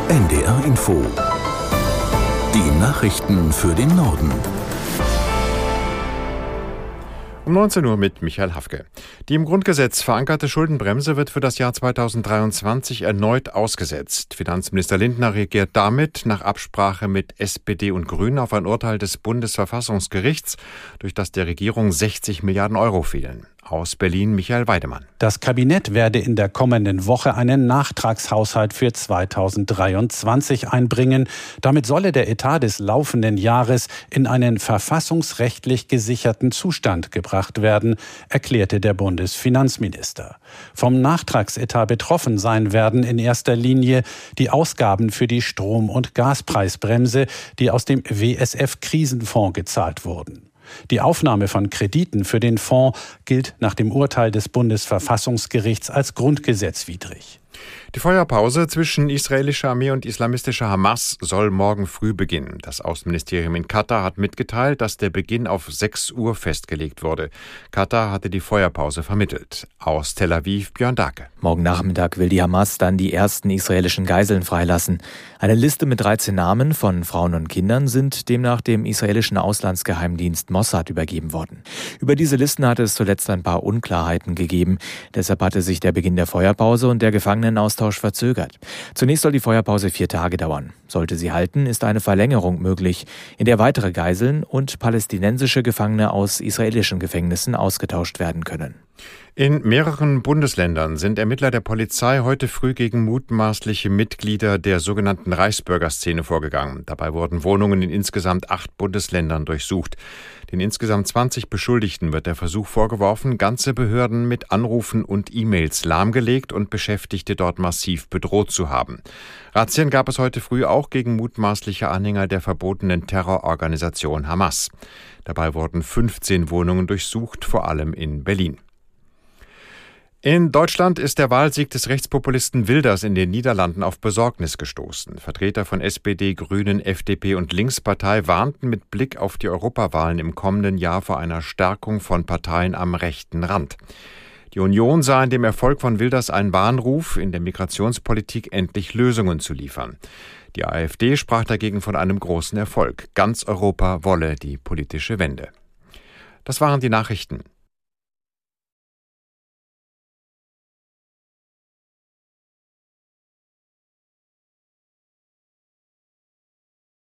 NDR Info. Die Nachrichten für den Norden. Um 19 Uhr mit Michael Hafke. Die im Grundgesetz verankerte Schuldenbremse wird für das Jahr 2023 erneut ausgesetzt. Finanzminister Lindner reagiert damit nach Absprache mit SPD und Grünen auf ein Urteil des Bundesverfassungsgerichts, durch das der Regierung 60 Milliarden Euro fehlen. Aus Berlin Michael Weidemann. Das Kabinett werde in der kommenden Woche einen Nachtragshaushalt für 2023 einbringen. Damit solle der Etat des laufenden Jahres in einen verfassungsrechtlich gesicherten Zustand gebracht werden, erklärte der Bundesfinanzminister. Vom Nachtragsetat betroffen sein werden in erster Linie die Ausgaben für die Strom- und Gaspreisbremse, die aus dem WSF-Krisenfonds gezahlt wurden. Die Aufnahme von Krediten für den Fonds gilt nach dem Urteil des Bundesverfassungsgerichts als grundgesetzwidrig. Die Feuerpause zwischen israelischer Armee und islamistischer Hamas soll morgen früh beginnen. Das Außenministerium in Katar hat mitgeteilt, dass der Beginn auf 6 Uhr festgelegt wurde. Katar hatte die Feuerpause vermittelt. Aus Tel Aviv Björn Dake. Morgen Nachmittag will die Hamas dann die ersten israelischen Geiseln freilassen. Eine Liste mit 13 Namen von Frauen und Kindern sind demnach dem israelischen Auslandsgeheimdienst Mossad übergeben worden. Über diese Listen hatte es zuletzt ein paar Unklarheiten gegeben. Deshalb hatte sich der Beginn der Feuerpause und der Gefangenenaustausch verzögert. Zunächst soll die Feuerpause 4 Tage dauern. Sollte sie halten, ist eine Verlängerung möglich, in der weitere Geiseln und palästinensische Gefangene aus israelischen Gefängnissen ausgetauscht werden können. In mehreren Bundesländern sind Ermittler der Polizei heute früh gegen mutmaßliche Mitglieder der sogenannten Reichsbürgerszene vorgegangen. Dabei wurden Wohnungen in insgesamt 8 Bundesländern durchsucht. Den insgesamt 20 Beschuldigten wird der Versuch vorgeworfen, ganze Behörden mit Anrufen und E-Mails lahmgelegt und Beschäftigte dort massiv bedroht zu haben. Razzien gab es heute früh auch gegen mutmaßliche Anhänger der verbotenen Terrororganisation Hamas. Dabei wurden 15 Wohnungen durchsucht, vor allem in Berlin. In Deutschland ist der Wahlsieg des Rechtspopulisten Wilders in den Niederlanden auf Besorgnis gestoßen. Vertreter von SPD, Grünen, FDP und Linkspartei warnten mit Blick auf die Europawahlen im kommenden Jahr vor einer Stärkung von Parteien am rechten Rand. Die Union sah in dem Erfolg von Wilders einen Warnruf, in der Migrationspolitik endlich Lösungen zu liefern. Die AfD sprach dagegen von einem großen Erfolg. Ganz Europa wolle die politische Wende. Das waren die Nachrichten.